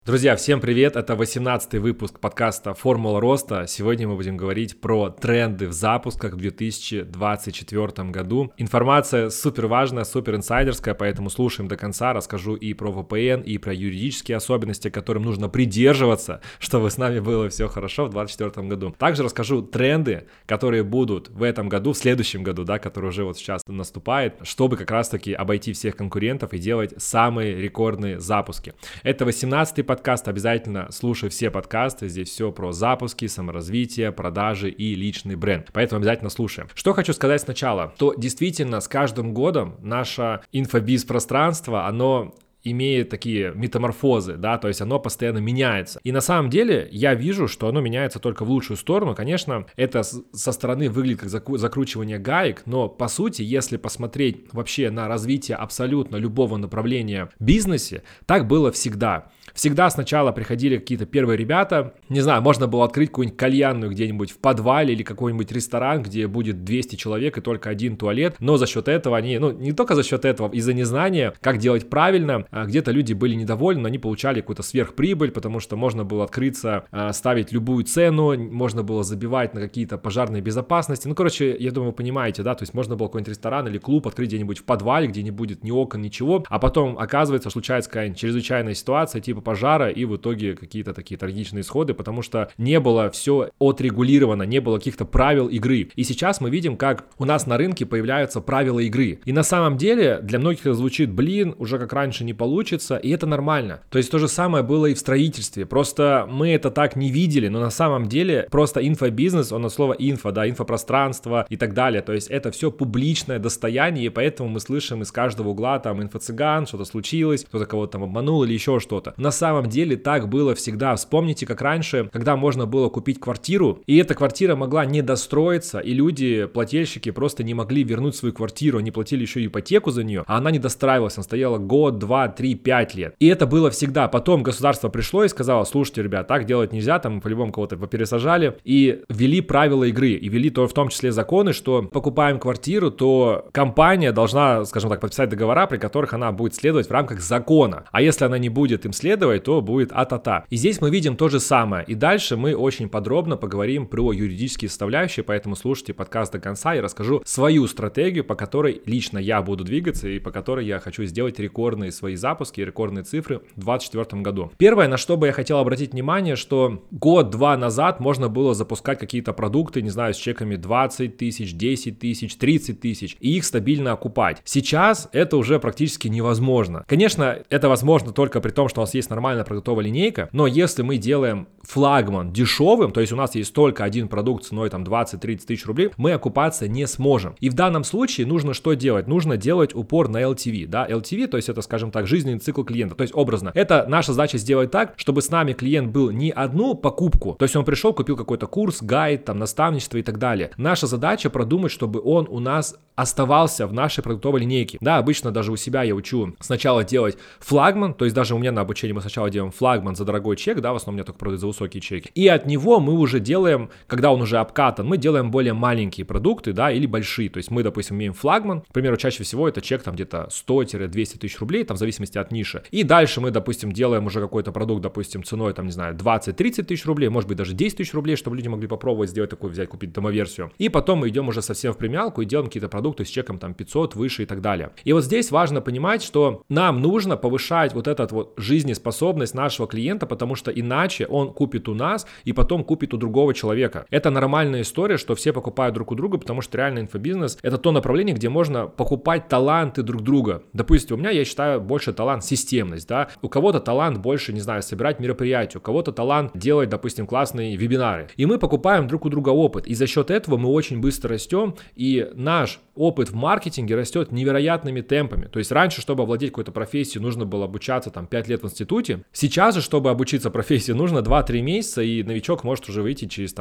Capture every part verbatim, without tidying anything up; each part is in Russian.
Друзья, всем привет! Это восемнадцатый выпуск подкаста «Формула роста». Сегодня мы будем говорить про тренды в запусках в две тысячи двадцать четвёртом году. Информация супер важная, супер инсайдерская, поэтому слушаем до конца. Расскажу и про ви пи эн, и про юридические особенности, которым нужно придерживаться, чтобы с нами было все хорошо в две тысячи двадцать четвёртом году. Также расскажу тренды, которые будут в этом году, в следующем году, да, который уже вот сейчас наступает, чтобы как раз-таки обойти всех конкурентов и делать самые рекордные запуски. Это восемнадцатый подкаст, обязательно слушай все подкасты, здесь все про запуски, саморазвитие, продажи и личный бренд, поэтому обязательно слушаем. Что хочу сказать сначала, то действительно с каждым годом наше инфобиз-пространство, оно имеет такие метаморфозы, да, то есть оно постоянно меняется. И на самом деле я вижу, что оно меняется только в лучшую сторону. Конечно, это со стороны выглядит как закручивание гаек, но по сути, если посмотреть вообще на развитие абсолютно любого направления в бизнесе, так было всегда. Всегда сначала приходили какие-то первые ребята, не знаю, можно было открыть какую-нибудь кальянную где-нибудь в подвале или какой-нибудь ресторан, где будет двести человек и только один туалет, но за счет этого они, ну не только за счет этого, из-за незнания, как делать правильно, где-то люди были недовольны, но они получали какую-то сверхприбыль, потому что можно было открыться, ставить любую цену, можно было забивать на какие-то пожарные безопасности, ну короче, я думаю, вы понимаете, да, то есть можно было какой-нибудь ресторан или клуб открыть где-нибудь в подвале, где не будет ни окон, ничего, а потом оказывается, случается какая-нибудь чрезвычайная ситуация, типа пожара, и в итоге какие-то такие трагичные исходы, потому что не было все отрегулировано, не было каких-то правил игры. И сейчас мы видим, как у нас на рынке появляются правила игры. И на самом деле для многих это звучит, блин, уже как раньше не получится, и это нормально. То есть то же самое было и в строительстве. Просто мы это так не видели, но на самом деле просто инфобизнес, он от слова инфо, да, инфопространство и так далее. То есть это все публичное достояние, и поэтому мы слышим из каждого угла там инфо-цыган, что-то случилось, кто-то кого-то там обманул или еще что-то. На самом деле так было всегда. Вспомните, как раньше, когда можно было купить квартиру, и эта квартира могла не достроиться, и люди, плательщики, просто не могли вернуть свою квартиру, они платили еще ипотеку за нее, а она не достраивалась, она стояла год, два, три, пять лет. И это было всегда. Потом государство пришло и сказало, слушайте, ребят, так делать нельзя, там по-любому кого-то попересажали, и ввели правила игры, и ввели то, в том числе законы, что покупаем квартиру, то компания должна, скажем так, подписать договора, при которых она будет следовать в рамках закона. А если она не будет им следовать, то будет а-та-та. И здесь мы видим то же самое. И дальше мы очень подробно поговорим про юридические составляющие, поэтому слушайте подкаст до конца и расскажу свою стратегию, по которой лично я буду двигаться и по которой я хочу сделать рекордные свои запуски, рекордные цифры в две тысячи двадцать четвёртом году. Первое, на что бы я хотел обратить внимание, что год-два назад можно было запускать какие-то продукты, не знаю, с чеками двадцать тысяч, десять тысяч, тридцать тысяч, и их стабильно окупать. Сейчас это уже практически невозможно. Конечно, это возможно только при том, что у нас есть нормальная продуктовая линейка, но если мы делаем флагман дешевым, то есть у нас есть только один продукт ценой там двадцать-тридцать тысяч рублей, мы окупаться не сможем. И в данном случае нужно что делать? Нужно делать упор на эл ти ви, да, эл ти ви, то есть это, скажем так, жизненный цикл клиента, то есть образно. Это наша задача сделать так, чтобы с нами клиент был не одну покупку, то есть он пришел, купил какой-то курс, гайд, там, наставничество и так далее. Наша задача продумать, чтобы он у нас оставался в нашей продуктовой линейке. Да, обычно даже у себя я учу сначала делать флагман, то есть даже у меня на обучении мы сначала делаем флагман за дорогой чек, да, в основном у меня только продают за высокие чеки. И от него мы уже делаем, когда он уже обкатан, мы делаем более маленькие продукты, да, или большие. То есть мы, допустим, имеем флагман, к примеру, чаще всего это чек там где-то сто-двести тысяч рублей, там в зависимости от ниши. И дальше мы, допустим, делаем уже какой-то продукт, допустим, ценой, там, не знаю, двадцать-тридцать тысяч рублей, может быть, даже десять тысяч рублей, чтобы люди могли попробовать сделать такой, взять, купить домоверсию. И потом мы идем уже совсем в премиалку и делаем какие-то продукты с чеком там пятьсот, выше и так далее. И вот здесь важно понимать, что нам нужно повышать вот этот вот жизнеспособность нашего клиента, потому что иначе он купит у нас и потом купит у другого человека. Это нормальная история, что все покупают друг у друга, потому что реально инфобизнес — это то направление, где можно покупать таланты друг друга. Допустим, у меня, я считаю, больше талант системность, да, у кого-то талант больше, не знаю, собирать мероприятия, у кого-то талант делать, допустим, классные вебинары. И мы покупаем друг у друга опыт, и за счет этого мы очень быстро растем, и наш опыт в маркетинге растет невероятными темпами. То есть раньше, чтобы овладеть какой-то профессией, нужно было обучаться там пять лет в институте. Сейчас же, чтобы обучиться профессии, нужно два-три месяца, и новичок может уже выйти через там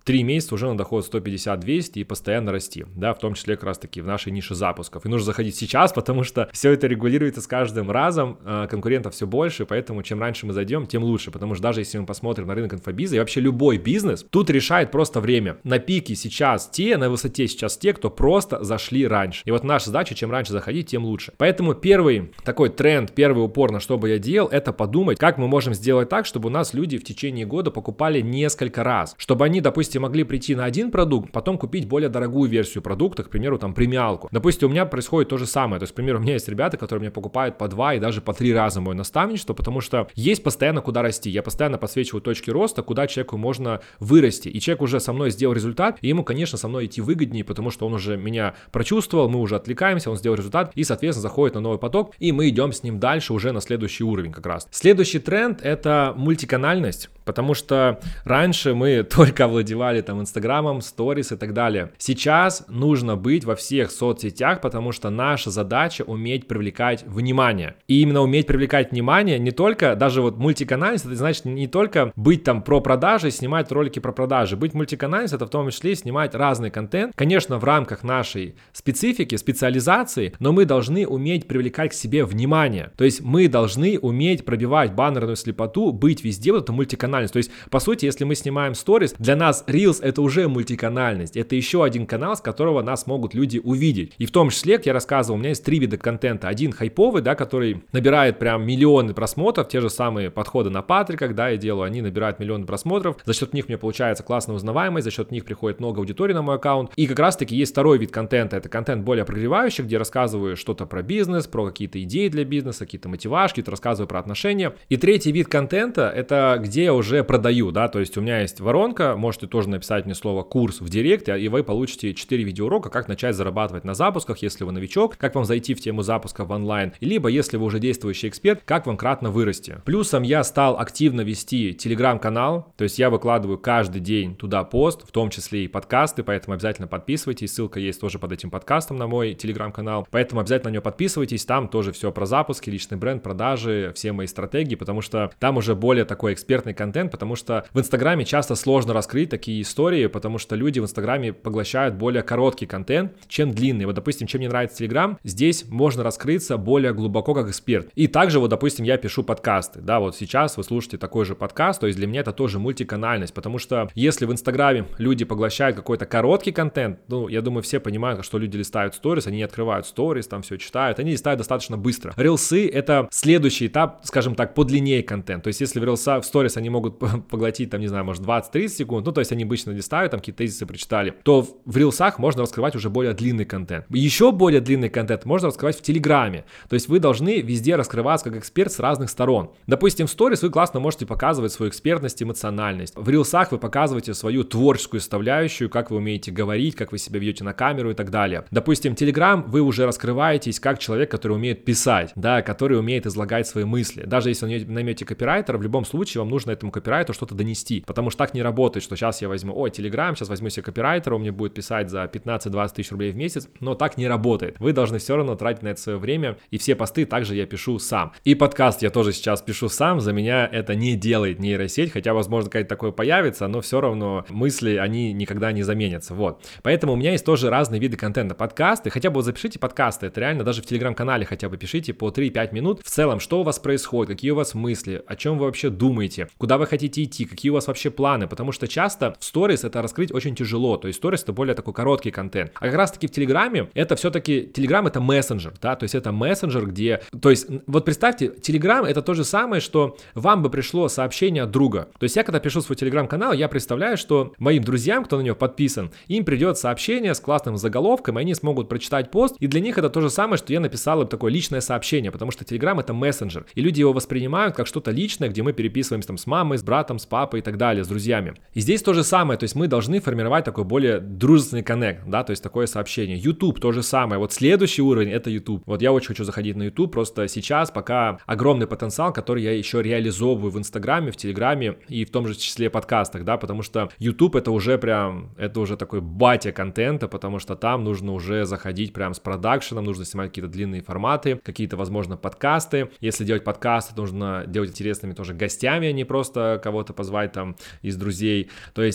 три месяца уже на доход сто пятьдесят - двести и постоянно расти, да, в том числе как раз-таки в нашей нише запусков. И нужно заходить сейчас, потому что все это регулируется с каждым разом, конкурентов все больше, поэтому чем раньше мы зайдем, тем лучше, потому что даже если мы посмотрим на рынок инфобиза и вообще любой бизнес, тут решает просто время. На пике сейчас те, на высоте сейчас те, кто просто зашли раньше. И вот наша задача, чем раньше заходить, тем лучше. Поэтому первый такой тренд, первый упор, на что бы я делал, это подумать, как мы можем сделать так, чтобы у нас люди в течение года покупали несколько раз. Чтобы они, допустим, могли прийти на один продукт, потом купить более дорогую версию продукта, к примеру, там премиалку. Допустим, у меня происходит то же самое. То есть, к примеру, у меня есть ребята, которые мне покупают по два и даже по три раза мое наставничество, потому что есть постоянно куда расти. Я постоянно подсвечиваю точки роста, куда человеку можно вырасти. И человек уже со мной сделал результат, и ему, конечно, со мной идти выгоднее, потому что он уже меня прочувствовал, мы уже отвлекаемся, он сделал результат и, соответственно, заходит на новый поток, и мы идем с ним дальше уже на следующий уровень как раз. Следующий тренд — это мультиканальность, потому что раньше мы только овладевали там Инстаграмом, сторис и так далее. Сейчас нужно быть во всех соцсетях, потому что наша задача — уметь привлекать внимание. И именно уметь привлекать внимание не только, даже вот мультиканальность, это значит не только быть там про продажи, снимать ролики про продажи. Быть мультиканальность — это в том числе снимать разный контент, конечно, в рамках нашей специфики, специализации, но мы должны уметь привлекать к себе внимание. То есть мы должны уметь пробивать баннерную слепоту, быть везде, вот это мультиканальность. То есть, по сути, если мы снимаем сторис, для нас Reels — это уже мультиканальность. Это еще один канал, с которого нас могут люди увидеть. И в том числе, как я рассказывал, у меня есть три вида контента. Один хайповый, да, который набирает прям миллионы просмотров, те же самые подходы на Патриках, да, я делаю, они набирают миллионы просмотров, за счет них мне получается классная узнаваемость, за счет них приходит много аудитории на мой аккаунт. И как раз-таки есть второй вид контента, это контент более прогревающий, где я рассказываю что-то про бизнес, про какие-то идеи для бизнеса, какие-то мотивашки, рассказываю про отношения. И третий вид контента — это где я уже продаю, да, то есть у меня есть воронка, можете тоже написать мне слово «курс» в директ, и вы получите четыре видеоурока, как начать зарабатывать на запусках, если вы новичок, как вам зайти в тему запуска в онлайн, либо если вы уже действующий эксперт, как вам кратно вырасти. Плюсом я стал активно вести телеграм-канал, то есть я выкладываю каждый день туда пост, в том числе и подкасты, поэтому обязательно подписывайтесь, ссылка есть тоже под этим подкастом на мой телеграм-канал, поэтому обязательно на него подписывайтесь, там тоже все про запуски, личный бренд, продажи, все мои стратегии, потому что там уже более такой экспертный контент, потому что в Инстаграме часто сложно раскрыть такие истории, потому что люди в Инстаграме поглощают более короткий контент, чем длинный. Вот, допустим, чем мне нравится Телеграм, здесь можно раскрыться более глубоко как эксперт. И также, вот, допустим, я пишу подкасты, да, вот сейчас вы слушаете такой же подкаст, то есть для меня это тоже мультиканальность, потому что если в Инстаграме люди поглощают какой-то короткий контент, ну, я думаю, все понимают, что люди листают сторис, они не открывают сторис, там все читают, они листают достаточно быстро. Рилсы — это следующий этап, скажем так, подлиннее контент, то есть если в рилсах, в сторис они могут поглотить, там, не знаю, может, двадцать-тридцать секунд, ну, то есть они обычно листают, там какие-то тезисы прочитали, то в рилсах можно раскрывать уже более длинный контент. Еще более длинный контент можно раскрывать в Телеграме, то есть вы должны везде раскрываться как эксперт с разных сторон. Допустим, в сторис вы классно можете показывать свою экспертность, эмоциональность. В рилсах вы показываете свою творческую составляющую, как вы умеете говорить, как вы себя ведете на камеру и так далее. Допустим, Телеграм, вы уже раскрываетесь как человек, который умеет писать, да, который умеет излагать свои мысли. Даже если вы наймете копирайтера, в любом случае вам нужно этому копирайтеру что-то донести, потому что так не работает, что сейчас я возьму, ой, Телеграм, сейчас возьму себе копирайтера, он мне будет писать за пятнадцать-двадцать тысяч рублей в месяц, но так не работает. Вы должны все равно тратить на это свое время, и все посты также я пишу сам. И подкаст я тоже сейчас пишу сам, за меня это не делает нейросеть, хотя, возможно, какая-то такое появится, но все равно мысли, они никогда не заменятся, вот. Поэтому у меня есть тоже разные виды контента. Подкасты, хотя бы вот запишите подкасты, это реально, даже в Телеграм-канале хотя бы пишите по три-пять минут, в целом, что у вас происходит, какие у вас мысли, о чем вы вообще думаете, куда вы хотите идти, какие у вас вообще планы, потому что часто в сторис это раскрыть очень тяжело, то есть сторис это более такой короткий контент, а как раз таки в Телеграме это все-таки, Телеграм это мессенджер, да, то есть это мессенджер, где, то есть вот представьте, Телеграм это то же самое, что вам бы пришло сообщение от друга, то есть я когда пишу свой Телеграм-канал, я представляю, что моим друзьям, кто на него подписан, им придет сообщение с классным заголовком, и они смогут прочитать пост, и для них это то же самое, что я написал им такое личное сообщение, потому что Телеграм это мессенджер, и люди его воспринимают как что-то личное, где мы переписываемся там с мамой, с братом, с папой и так далее, с друзьями. И здесь то же самое, то есть мы должны формировать такой более дружественный коннект, да, то есть такое сообщение. YouTube то же самое, вот следующий уровень это YouTube. Вот я очень хочу заходить на YouTube, просто сейчас пока огромный потенциал, который я еще реализовываю в Инстаграме, в Телеграме и в том же числе подкастах, да, потому что YouTube это уже прям, это уже такой батя контента, потому что там нужно уже заходить прям с продакшеном, нужно снимать какие-то длинные форматы, какие-то, возможно, подкасты. Если делать подкасты, нужно делать интересными тоже гостями, а не просто кого-то позвать там из друзей. То есть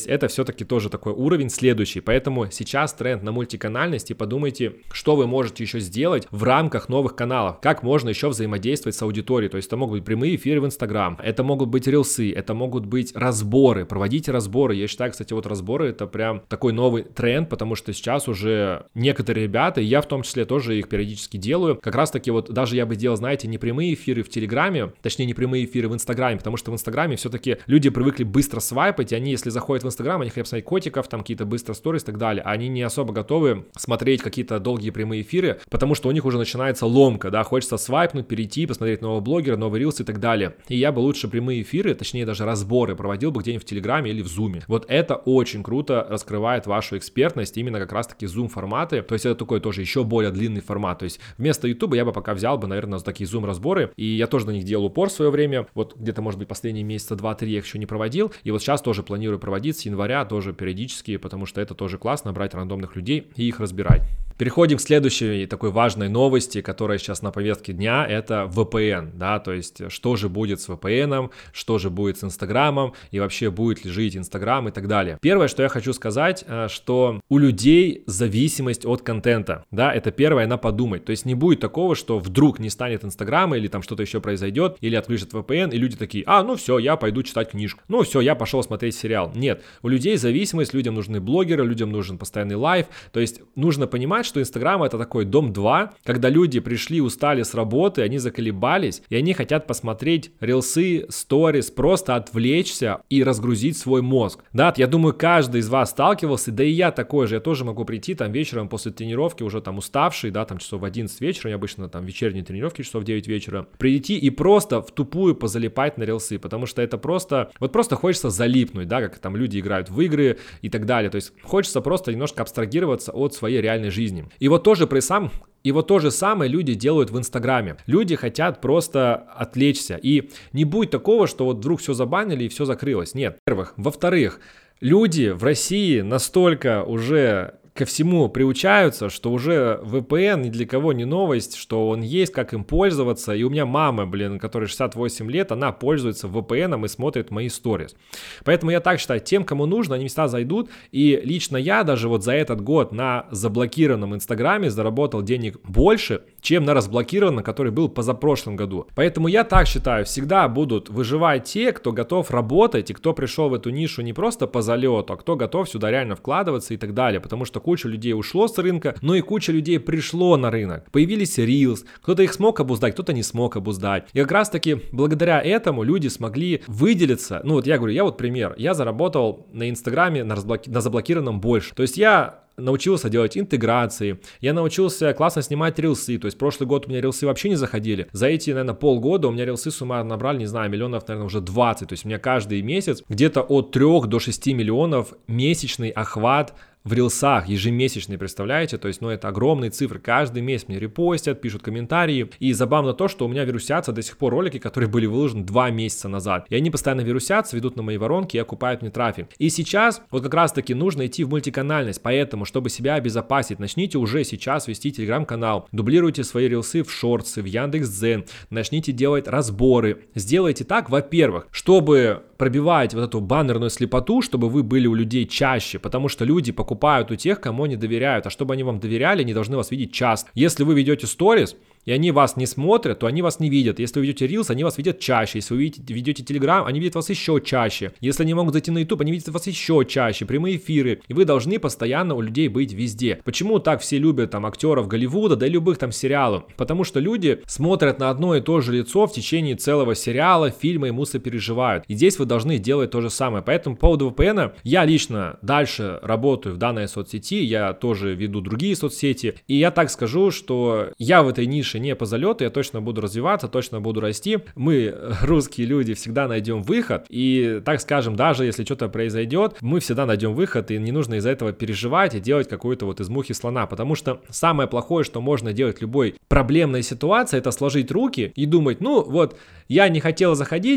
есть это все-таки тоже такой уровень следующий. Поэтому сейчас тренд на мультиканальность, и подумайте, что вы можете еще сделать в рамках новых каналов, как можно еще взаимодействовать с аудиторией. То есть это могут быть прямые эфиры в Инстаграм, это могут быть рилсы, это могут быть разборы, проводите разборы. Я считаю, кстати, вот разборы это прям такой новый тренд, потому что сейчас уже некоторые ребята, и я в том числе тоже их периодически делаю, как раз таки вот даже я бы делал, знаете, не прямые эфиры в Телеграме, точнее не прямые эфиры в Инстаграме, потому что в Инстаграме все-таки люди привыкли быстро свайпать, и они, если заходят в Инстаграм, они хотят посмотреть котиков, там какие-то быстрые сторис и так далее, а они не особо готовы смотреть какие-то долгие прямые эфиры, потому что у них уже начинается ломка, да, хочется свайпнуть, перейти, посмотреть нового блогера, новый рилс и так далее. И я бы лучше прямые эфиры, точнее даже разборы проводил бы где-нибудь в Телеграме или в Зуме. Вот это очень круто раскрывает вашу экспертность, именно как раз-таки Zoom форматы, то есть это такой тоже еще более длинный формат, то есть вместо YouTube я бы пока взял бы, наверное, такие Zoom разборы, и я тоже на них делал упор в свое время, вот где-то, может быть, последние месяца два-три я их еще не проводил, и вот сейчас тоже планирую проводить с января тоже периодически, потому что это тоже классно, брать рандомных людей и их разбирать. Переходим к следующей такой важной новости, которая сейчас на повестке дня, это ви пи эн, да, то есть что же будет с ви пи эн, что же будет с Инстаграмом и вообще будет ли жить Инстаграм и так далее. Первое, что я хочу сказать, что у людей зависимость от контента, да, это первое, на подумать, то есть не будет такого, что вдруг не станет Инстаграма или там что-то еще произойдет, или отключат ви пи эн, и люди такие, а, ну все, я пойду читать книжку, ну все, я пошел смотреть сериал. Нет, у людей зависимость, людям нужны блогеры, людям нужен постоянный лайв, то есть нужно понимать, что Инстаграм это такой дом два, когда люди пришли, устали с работы, они заколебались, и они хотят посмотреть рилсы, сторис, просто отвлечься и разгрузить свой мозг. Да, я думаю, каждый из вас сталкивался, да и я такой же, я тоже могу прийти там вечером после тренировки, уже там уставший, да, там часов в одиннадцать вечера, я обычно там вечерние тренировки часов в девять вечера, прийти и просто в тупую позалипать на рилсы, потому что это просто, вот просто хочется залипнуть, да, как там люди играют в игры и так далее, то есть хочется просто немножко абстрагироваться от своей реальной жизни. И вот тоже при сам И вот то же самое люди делают в Инстаграме. Люди хотят просто отвлечься. И не будет такого, что вот вдруг все забанили и все закрылось. Нет. Во-первых. Во-вторых, люди в России настолько уже ко всему приучаются, что уже ви пи эн ни для кого не новость, что он есть, как им пользоваться. И у меня мама, блин, которой шестьдесят восемь лет, она пользуется ви пи эн и смотрит мои сторис. Поэтому я так считаю, тем, кому нужно, они всегда зайдут. И лично я даже вот за этот год на заблокированном Инстаграме заработал денег больше, чем на разблокированном, который был позапрошлом году. Поэтому я так считаю, всегда будут выживать те, кто готов работать и кто пришел в эту нишу не просто по залету, а кто готов сюда реально вкладываться и так далее. Потому что куча людей ушло с рынка, но и куча людей пришло на рынок. Появились Reels, кто-то их смог обуздать, кто-то не смог обуздать. И как раз таки благодаря этому люди смогли выделиться. Ну вот я говорю, я вот пример, я заработал на Инстаграме на, разблоки... на заблокированном больше. То есть я научился делать интеграции, я научился классно снимать рилсы, то есть прошлый год у меня рилсы вообще не заходили, за эти, наверное, полгода у меня рилсы суммарно набрали, не знаю, миллионов, наверное, уже двадцать, то есть у меня каждый месяц где-то от трёх до шести миллионов месячный охват в рилсах, ежемесячный, представляете, то есть, ну, это огромные цифры, каждый месяц мне репостят, пишут комментарии, и забавно то, что у меня вирусятся до сих пор ролики, которые были выложены два месяца назад, и они постоянно вирусятся, ведут на мои воронки и окупают мне трафик. И сейчас вот как раз-таки нужно идти в мультиканальность, поэтому, чтобы себя обезопасить, начните уже сейчас вести телеграм-канал, дублируйте свои рилсы в шортсы, в Яндекс.Дзен, начните делать разборы, сделайте так, во-первых, чтобы пробивать вот эту баннерную слепоту, чтобы вы были у людей чаще, потому что люди покупают у тех, кому они доверяют, а чтобы они вам доверяли, они должны вас видеть часто. Если вы ведете сторис, и они вас не смотрят, то они вас не видят. Если вы ведете Reels, они вас видят чаще. Если вы видите, ведете Telegram, они видят вас еще чаще. Если они могут зайти на YouTube, они видят вас еще чаще. Прямые эфиры. И вы должны постоянно у людей быть везде. Почему так все любят там актеров Голливуда, да и любых там сериалов? Потому что люди смотрят на одно и то же лицо в течение целого сериала, фильма, ему сопереживают. И здесь вы должны делать то же самое. Поэтому по поводу ви пи эн я лично дальше работаю в данной соцсети. Я тоже веду другие соцсети. И я так скажу, что я в этой нише не по залету, я точно буду развиваться, точно буду расти. Мы, русские люди, всегда найдем выход. И, так скажем, даже если что-то произойдет, мы всегда найдем выход, и не нужно из-за этого переживать и делать какую-то вот из мухи слона. Потому что самое плохое, что можно делать в любой проблемной ситуации, это сложить руки и думать, ну вот, я не хотел заходить,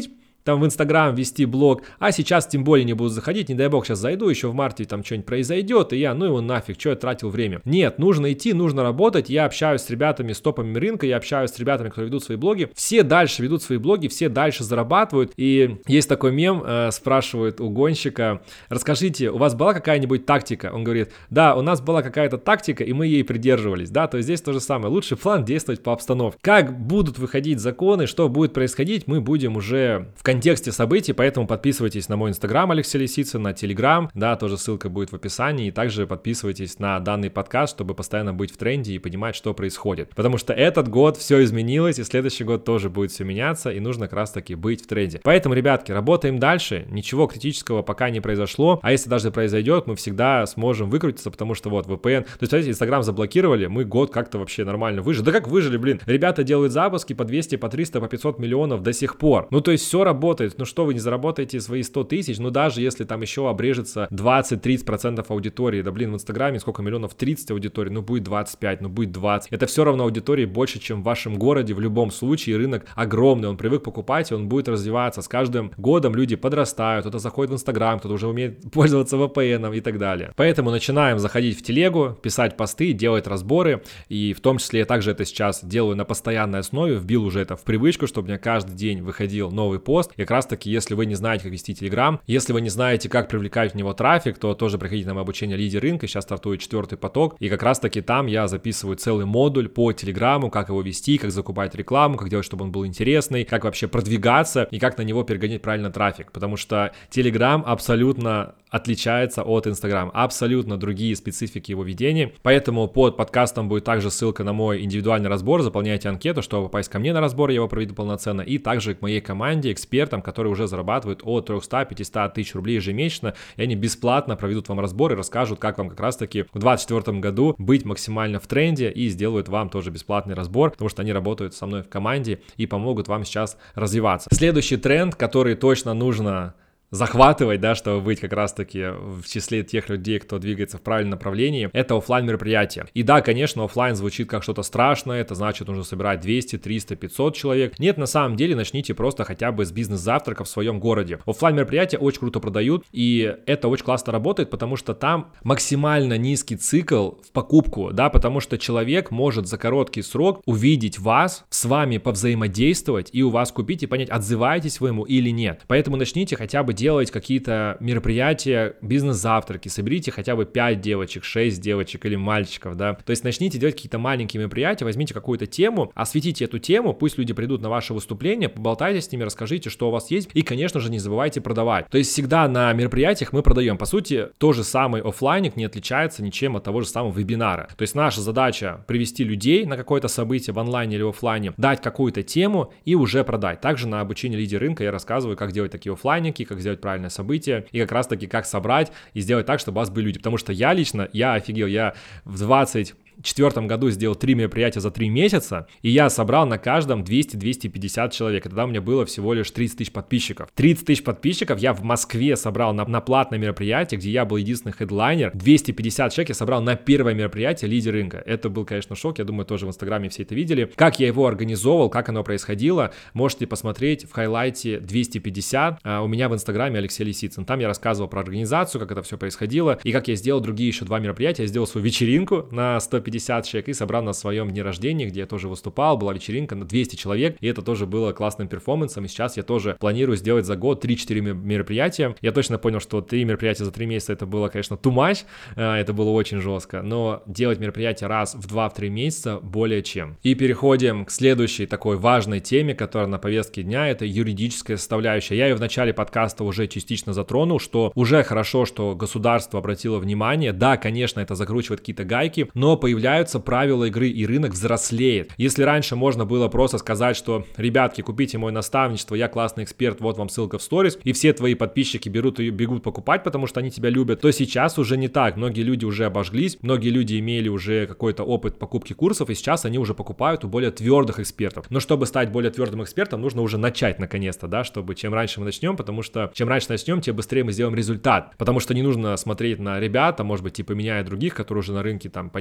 там в Инстаграм вести блог, а сейчас тем более не буду заходить, не дай бог сейчас зайду, еще в марте там что-нибудь произойдет, и я, ну его нафиг, что я тратил время. Нет, нужно идти, нужно работать, я общаюсь с ребятами, с топами рынка, я общаюсь с ребятами, которые ведут свои блоги, все дальше ведут свои блоги, все дальше зарабатывают, и есть такой мем, э, спрашивают у гонщика, расскажите, у вас была какая-нибудь тактика? Он говорит, да, у нас была какая-то тактика, и мы ей придерживались, да, то есть здесь то же самое, лучший план действовать по обстановке. Как будут выходить законы, что будет происходить, мы будем уже в контексте событий, поэтому подписывайтесь на мой инстаграм Алексей Лисицын, на телеграм, да, тоже ссылка будет в описании, и также подписывайтесь на данный подкаст, чтобы постоянно быть в тренде и понимать, что происходит, потому что этот год все изменилось, и следующий год тоже будет все меняться, и нужно как раз таки быть в тренде. Поэтому, ребятки, работаем дальше, ничего критического пока не произошло, а если даже произойдет, мы всегда сможем выкрутиться, потому что вот ви пи эн, то есть, смотрите, Инстаграм заблокировали, мы год как-то вообще нормально выжили, да как выжили, блин, ребята делают запуски по двести, по триста, по пятьсот миллионов до сих пор, ну то есть все работает, ну что вы не заработаете свои сто тысяч, ну даже если там еще обрежется двадцать-тридцать процентов аудитории, да блин, в Инстаграме сколько миллионов, тридцать аудиторий, ну будет двадцать пять, ну будет двадцать, это все равно аудитории больше, чем в вашем городе в любом случае, рынок огромный, он привык покупать, и он будет развиваться, с каждым годом люди подрастают, кто-то заходит в Инстаграм, кто-то уже умеет пользоваться ви пи эн и так далее. Поэтому начинаем заходить в телегу, писать посты, делать разборы, и в том числе я также это сейчас делаю на постоянной основе, вбил уже это в привычку, чтобы у меня каждый день выходил новый пост. И как раз таки, если вы не знаете, как вести Telegram, если вы не знаете, как привлекать в него трафик, то тоже приходите на мое обучение лидер рынка, сейчас стартует четвертый поток, и как раз таки там я записываю целый модуль по Телеграму, как его вести, как закупать рекламу, как делать, чтобы он был интересный, как вообще продвигаться и как на него перегонять правильно трафик, потому что Telegram абсолютно отличается от Instagram, абсолютно другие специфики его ведения, поэтому под подкастом будет также ссылка на мой индивидуальный разбор, заполняйте анкету, чтобы попасть ко мне на разбор, я его проведу полноценно, и также к моей команде, экспертам, которые уже зарабатывают от триста-пятьсот тысяч рублей ежемесячно, и они бесплатно проведут вам разбор и расскажут, как вам как раз таки в двадцать четвёртом году быть максимально в тренде, и сделают вам тоже бесплатный разбор, потому что они работают со мной в команде и помогут вам сейчас развиваться. Следующий тренд, который точно нужно захватывать, да, чтобы быть как раз-таки в числе тех людей, кто двигается в правильном направлении, это офлайн мероприятия. И да, конечно, офлайн звучит как что-то страшное, это значит, нужно собирать двести, триста, пятьсот человек. Нет, на самом деле, начните просто хотя бы с бизнес-завтрака в своем городе. Офлайн мероприятия очень круто продают, и это очень классно работает, потому что там максимально низкий цикл в покупку, да, потому что человек может за короткий срок увидеть вас, с вами повзаимодействовать и у вас купить и понять, отзываетесь вы ему или нет. Поэтому начните хотя бы делать какие-то мероприятия, бизнес-завтраки, соберите хотя бы пять девочек, шесть девочек или мальчиков, да, то есть начните делать какие-то маленькие мероприятия, возьмите какую-то тему, осветите эту тему, пусть люди придут на ваше выступление, поболтайте с ними, расскажите, что у вас есть, и, конечно же, не забывайте продавать. То есть всегда на мероприятиях мы продаем. По сути, то же самое офлайник не отличается ничем от того же самого вебинара. То есть наша задача привести людей на какое-то событие в онлайне или офлайне, дать какую-то тему и уже продать. Также на обучении лидер рынка я рассказываю, как делать такие офлайники, как сделать правильное событие и как раз таки как собрать и сделать так, чтобы у вас были люди, потому что я лично, я офигел, я в двадцать четвертом году сделал три мероприятия за три месяца, и я собрал на каждом двести - двести пятьдесят человек, и тогда у меня было всего лишь тридцать тысяч подписчиков. тридцать тысяч подписчиков я в Москве собрал на, на платное мероприятие, где я был единственный хедлайнер, двести пятьдесят человек я собрал на первое мероприятие лидер рынка. Это был, конечно, шок, я думаю, тоже в Инстаграме все это видели. Как я его организовал, как оно происходило, можете посмотреть в хайлайте двести пятьдесят а, у меня в Инстаграме Алексей Лисицын. Там я рассказывал про организацию, как это все происходило, и как я сделал другие еще два мероприятия. Я сделал свою вечеринку на сто пятьдесят человек и собрал на своем дне рождения, где я тоже выступал, была вечеринка на двести человек, и это тоже было классным перформансом, и сейчас я тоже планирую сделать за год три-четыре мероприятия. Я точно понял, что три мероприятия за три месяца это было, конечно, too much, это было очень жестко, но делать мероприятия раз в два-три месяца более чем. И переходим к следующей такой важной теме, которая на повестке дня, это юридическая составляющая. Я ее в начале подкаста уже частично затронул, что уже хорошо, что государство обратило внимание, да, конечно, это закручивает какие-то гайки, но появляются правила игры, и рынок взрослеет. Если раньше можно было просто сказать, что, ребятки, купите мое наставничество, я классный эксперт, вот вам ссылка в сторис, и все твои подписчики берут и бегут покупать, потому что они тебя любят, то сейчас уже не так. Многие люди уже обожглись, многие люди имели уже какой-то опыт покупки курсов, и сейчас они уже покупают у более твердых экспертов. Но чтобы стать более твердым экспертом, нужно уже начать наконец-то, да, чтобы чем раньше мы начнем, потому что чем раньше начнем, тем быстрее мы сделаем результат. Потому что не нужно смотреть на ребят, а может быть, типа меня и других, которые уже на рынке там по несколько лет,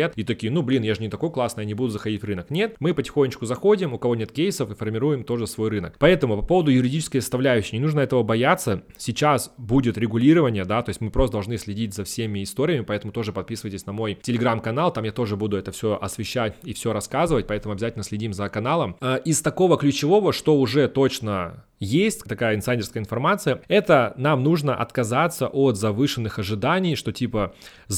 лет и такие, ну блин, я же не такой классный, я не буду заходить в рынок. Нет, мы потихонечку заходим, у кого нет кейсов, и формируем тоже свой рынок. Поэтому по поводу юридической составляющей, не нужно этого бояться. Сейчас будет регулирование, да, то есть мы просто должны следить за всеми историями, поэтому тоже подписывайтесь на мой телеграм-канал, там я тоже буду это все освещать и все рассказывать, поэтому обязательно следим за каналом. Из такого ключевого, что уже точно есть, такая инсайдерская информация, это нам нужно отказаться от завышенных ожиданий, что типа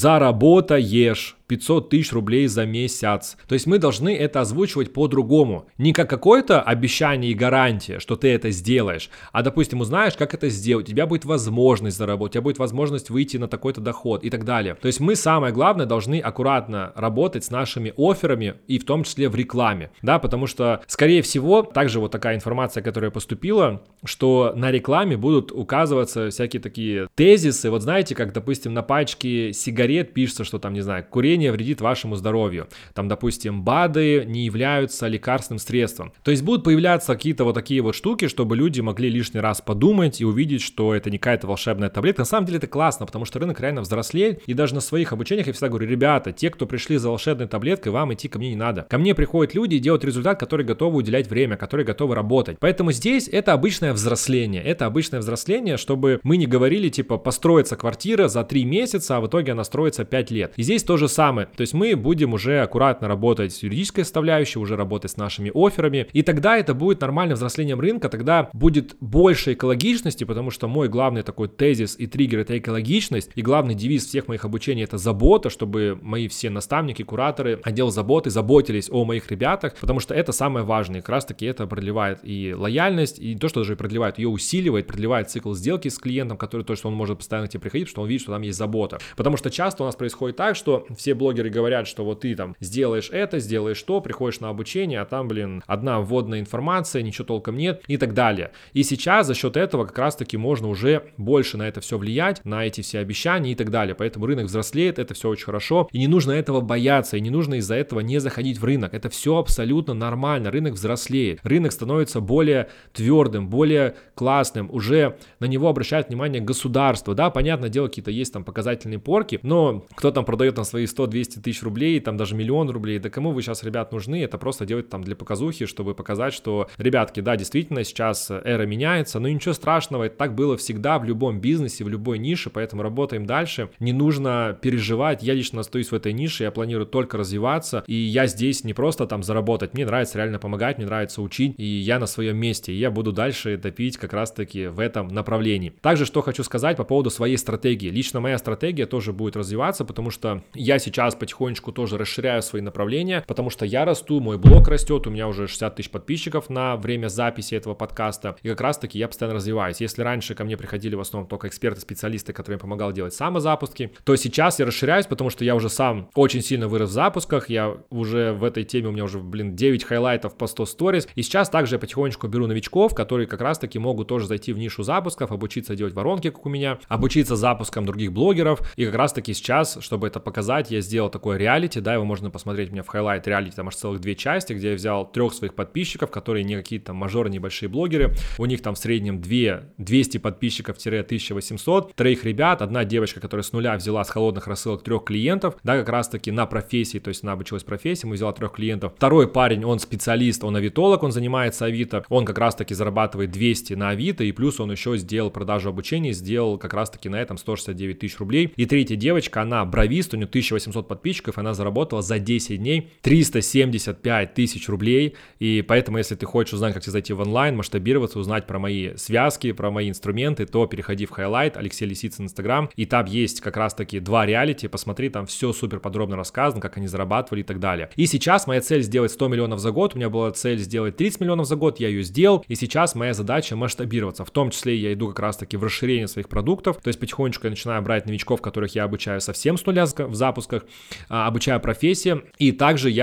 заработаешь пятьсот тысяч рублей за месяц. То есть мы должны это озвучивать по-другому. Не как какое-то обещание и гарантия, что ты это сделаешь, а, допустим, узнаешь, как это сделать, у тебя будет возможность заработать, у тебя будет возможность выйти на такой-то доход и так далее. То есть мы, самое главное, должны аккуратно работать с нашими офферами и в том числе в рекламе, да, потому что, скорее всего, также вот такая информация, которая поступила, что на рекламе будут указываться всякие такие тезисы, вот знаете, как, допустим, на пачке сигарет пишется, что там, не знаю, курение вредит вашему здоровью, там, допустим, БАДы не являются лекарственным средством. То есть будут появляться какие-то вот такие вот штуки, чтобы люди могли лишний раз подумать и увидеть, что это не какая-то волшебная таблетка. На самом деле это классно, потому что рынок реально взрослеет, и даже на своих обучениях я всегда говорю, ребята, те, кто пришли за волшебной таблеткой, вам идти ко мне не надо. Ко мне приходят люди и делают результат, которые готовы уделять время, которые готовы работать. Поэтому здесь это обычное взросление, это обычное взросление, чтобы мы не говорили, типа, построится квартира за три месяца, а в итоге она строится пять лет. И здесь то же самое, то есть мы будем уже аккуратно работать с юридической составляющей, уже работать с нашими офферами, и тогда это будет нормальным взрослением рынка, тогда будет больше экологичности, потому что мой главный такой тезис и триггер — это экологичность, и главный девиз всех моих обучений — это забота, чтобы мои все наставники, кураторы, отдел заботы заботились о моих ребятах, потому что это самое важное, и как раз таки это продлевает и лояльность, и то, что даже продлевает, ее усиливает, продлевает цикл сделки с клиентом, который то, что он может постоянно к тебе приходить, потому что он видит, что там есть забота. Потому что часто у нас происходит так, что все блогеры говорят, что вот ты там сделаешь это, сделаешь то, приходишь на обучение, а там, блин, одна вводная информация, ничего толком нет и так далее. И сейчас за счет этого как раз-таки можно уже больше на это все влиять, на эти все обещания и так далее. Поэтому рынок взрослеет, это все очень хорошо, и не нужно этого бояться, и не нужно из-за этого не заходить в рынок. Это все абсолютно нормально, рынок взрослеет, рынок становится более твердым, более классным, уже на него обращает внимание государство, да, понятное дело, какие-то есть там показательные порки, но кто там продает на свои сто-двести тысяч рублей, там даже миллион рублей, да кому вы сейчас, ребят, нужны, это просто делать там для показухи, чтобы показать, что, ребятки, да, действительно, сейчас эра меняется, но ничего страшного, это так было всегда в любом бизнесе, в любой нише, поэтому работаем дальше, не нужно переживать, я лично остаюсь в этой нише, я планирую только развиваться, и я здесь не просто там заработать, мне нравится реально помогать, мне нравится учить, и я на своем месте, и я буду дальше топить как раз-таки в этом направлении. Также, что хочу сказать по поводу своей стратегии. Лично моя стратегия тоже будет развиваться, потому что я сейчас потихонечку тоже расширяю свои направления, потому что я расту, мой блог растет, у меня уже шестьдесят тысяч подписчиков на время записи этого подкаста, и как раз-таки я постоянно развиваюсь. Если раньше ко мне приходили в основном только эксперты-специалисты, которым я помогал делать самозапуски, то сейчас я расширяюсь, потому что я уже сам очень сильно вырос в запусках, я уже в этой теме, у меня уже, блин, девять хайлайтов по сто сторис, и сейчас также я потихонечку беру новичков, которые как раз-таки могут тоже зайти в нишу запусков, обучиться делать воронки, как у меня, обучиться запускам других блогеров, и как раз-таки сейчас, чтобы это показать, я сделал такое реалити, да, его можно посмотреть у меня в хайлайт реалити, там аж целых две части, где я взял трех своих подписчиков, которые не какие-то мажоры, небольшие блогеры, у них там в среднем двести подписчиков-тысяча восемьсот, троих ребят, одна девочка, которая с нуля взяла с холодных рассылок трех клиентов, да, как раз-таки на профессии, то есть она обучилась профессии, мы взяла трех клиентов. Второй парень, он специалист, он авитолог, он занимается авито, он как раз-таки зарабатывает двести на авито, и плюс он еще сделал продажу обучения, сделал как раз-таки на этом сто шестьдесят девять тысяч рублей. И третья девочка, она бровист, у нее тысяча восемьсот подписчиков, она заработала за десять дней триста семьдесят пять тысяч рублей, и поэтому, если ты хочешь узнать, как тебе зайти в онлайн, масштабироваться, узнать про мои связки, про мои инструменты, то переходи в хайлайт, Алексей Лисицын, Инстаграм, и там есть как раз-таки два реалити, посмотри, там все супер подробно рассказано, как они зарабатывали и так далее. И сейчас моя цель сделать сто миллионов за год, у меня была цель сделать тридцать миллионов за год, я ее сделал, и сейчас моя задача масштабироваться, в том числе я иду как раз-таки в расширение своих продуктов, то есть потихонечку я начинаю брать новичков, которых я обучаю совсем с нуля в запусках, обучаю профессии, и также я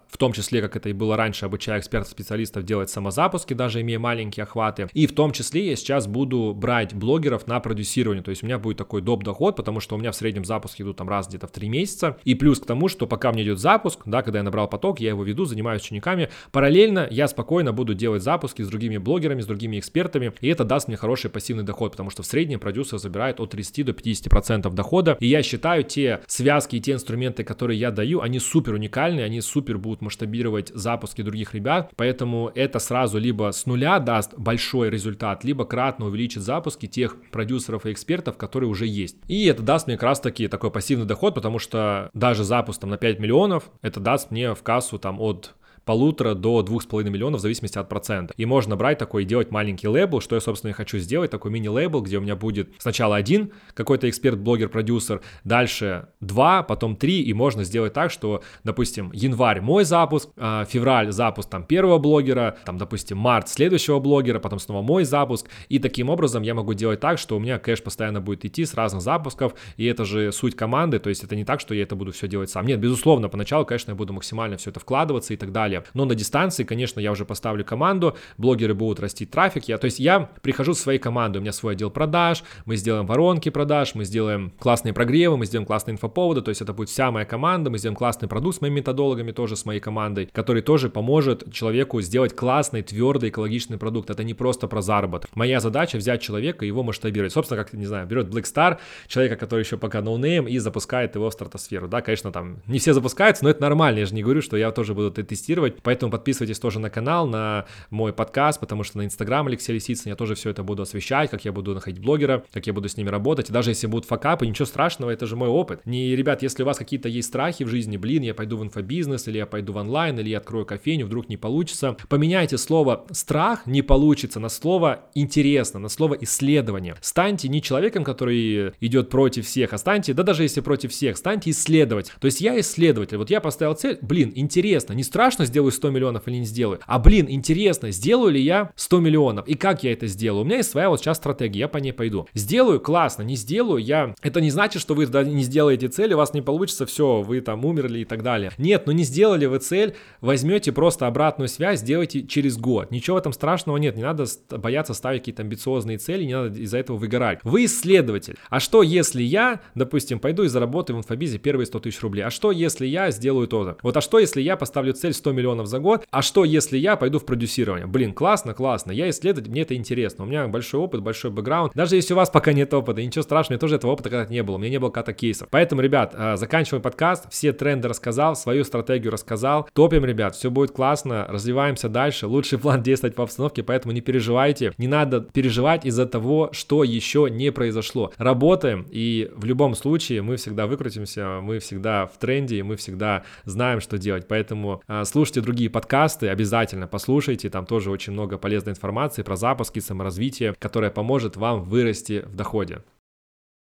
в том числе, как это и было раньше, обучая экспертов-специалистов делать самозапуски, даже имея маленькие охваты. И в том числе я сейчас буду брать блогеров на продюсирование, то есть у меня будет такой доп. Доход, потому что у меня в среднем запуски идут там раз где-то в три месяца. И плюс к тому, что пока мне идет запуск, да, когда я набрал поток, я его веду, занимаюсь учениками, параллельно я спокойно буду делать запуски с другими блогерами, с другими экспертами, и это даст мне хороший пассивный доход, потому что в среднем продюсер забирает от тридцати до пятидесяти процентов дохода. И я считаю, те связки и те инструменты, которые я даю, они супер уникальные, они супер будут масштабировать запуски других ребят, поэтому это сразу либо с нуля даст большой результат, либо кратно увеличит запуски тех продюсеров и экспертов, которые уже есть. И это даст мне как раз таки такой пассивный доход, потому что даже запуск там на пять миллионов, это даст мне в кассу там от полутора до двух с половиной миллионов в зависимости от процента. И можно брать такой и делать маленький лейбл, что я, собственно, и хочу сделать, такой мини-лейбл, где у меня будет сначала один какой-то эксперт, блогер, продюсер, дальше два, потом три, и можно сделать так, что, допустим, январь мой запуск, февраль запуск там первого блогера, там, допустим, март следующего блогера, потом снова мой запуск, и таким образом я могу делать так, что у меня кэш постоянно будет идти с разных запусков, и это же суть команды, то есть это не так, что я это буду все делать сам. Нет, безусловно, поначалу, конечно, я буду максимально все это вкладываться и так далее. Но на дистанции, конечно, я уже поставлю команду, блогеры будут расти трафик. Я, то есть я прихожу с своей командой, у меня свой отдел продаж, мы сделаем воронки продаж, мы сделаем классные прогревы, мы сделаем классные инфоповоды, то есть это будет вся моя команда, мы сделаем классный продукт с моими методологами, тоже с моей командой, который тоже поможет человеку сделать классный, твердый, экологичный продукт. Это не просто про заработок. Моя задача взять человека и его масштабировать. Собственно, как, не знаю, берет Blackstar, человека, который еще пока ноунейм, и запускает его в стратосферу. Да, конечно, там не все запускаются, но это нормально, я же не говорю, что я тоже буду это тестировать. Поэтому подписывайтесь тоже на канал, на мой подкаст, потому что на Инстаграм Алексей Лисицын я тоже все это буду освещать, как я буду находить блогера, как я буду с ними работать. И даже если будут факапы, ничего страшного, это же мой опыт. Не, ребят, если у вас какие-то есть страхи в жизни, блин, я пойду в инфобизнес, или я пойду в онлайн, или я открою кофейню, вдруг не получится. Поменяйте слово «страх» не получится на слово «интересно», на слово «исследование». Станьте не человеком, который идет против всех, а станьте, да даже если против всех, станьте исследовать. То есть я исследователь, вот я поставил цель, блин, интересно, не страшно сделаю сто миллионов или не сделаю, а блин, интересно, сделаю ли я сто миллионов и как я это сделаю. У меня есть своя вот сейчас стратегия, я по ней пойду. Сделаю, классно, не сделаю, я... Это не значит, что вы не сделаете цель, у вас не получится, все, вы там умерли и так далее. Нет, ну не сделали вы цель, возьмете просто обратную связь, сделайте через год. Ничего в этом страшного нет, не надо бояться ставить какие-то амбициозные цели, не надо из-за этого выгорать. Вы исследователь. А что если я, допустим, пойду и заработаю в инфобизе первые сто тысяч рублей? А что если я сделаю то-то? Вот а что если я поставлю цель сто миллионов за год? А что если я пойду в продюсирование? Блин, классно, классно, я исследователь, мне это интересно, у меня большой опыт, большой бэкграунд. Даже если у вас пока нет опыта, ничего страшного, мне тоже этого опыта когда-то не было, у меня не было когда-то кейсов. Поэтому, ребят, заканчиваем подкаст, все тренды рассказал, свою стратегию рассказал. Топим, ребят, все будет классно, развиваемся дальше, лучший план действовать по обстановке, поэтому не переживайте, не надо переживать из-за того, что еще не произошло. Работаем, и в любом случае мы всегда выкрутимся, мы всегда в тренде, мы всегда знаем, что делать. Поэтому э, слушайте другие подкасты, обязательно послушайте, там тоже очень много полезной информации про запуски, саморазвитие, которая поможет вам вырасти в доходе.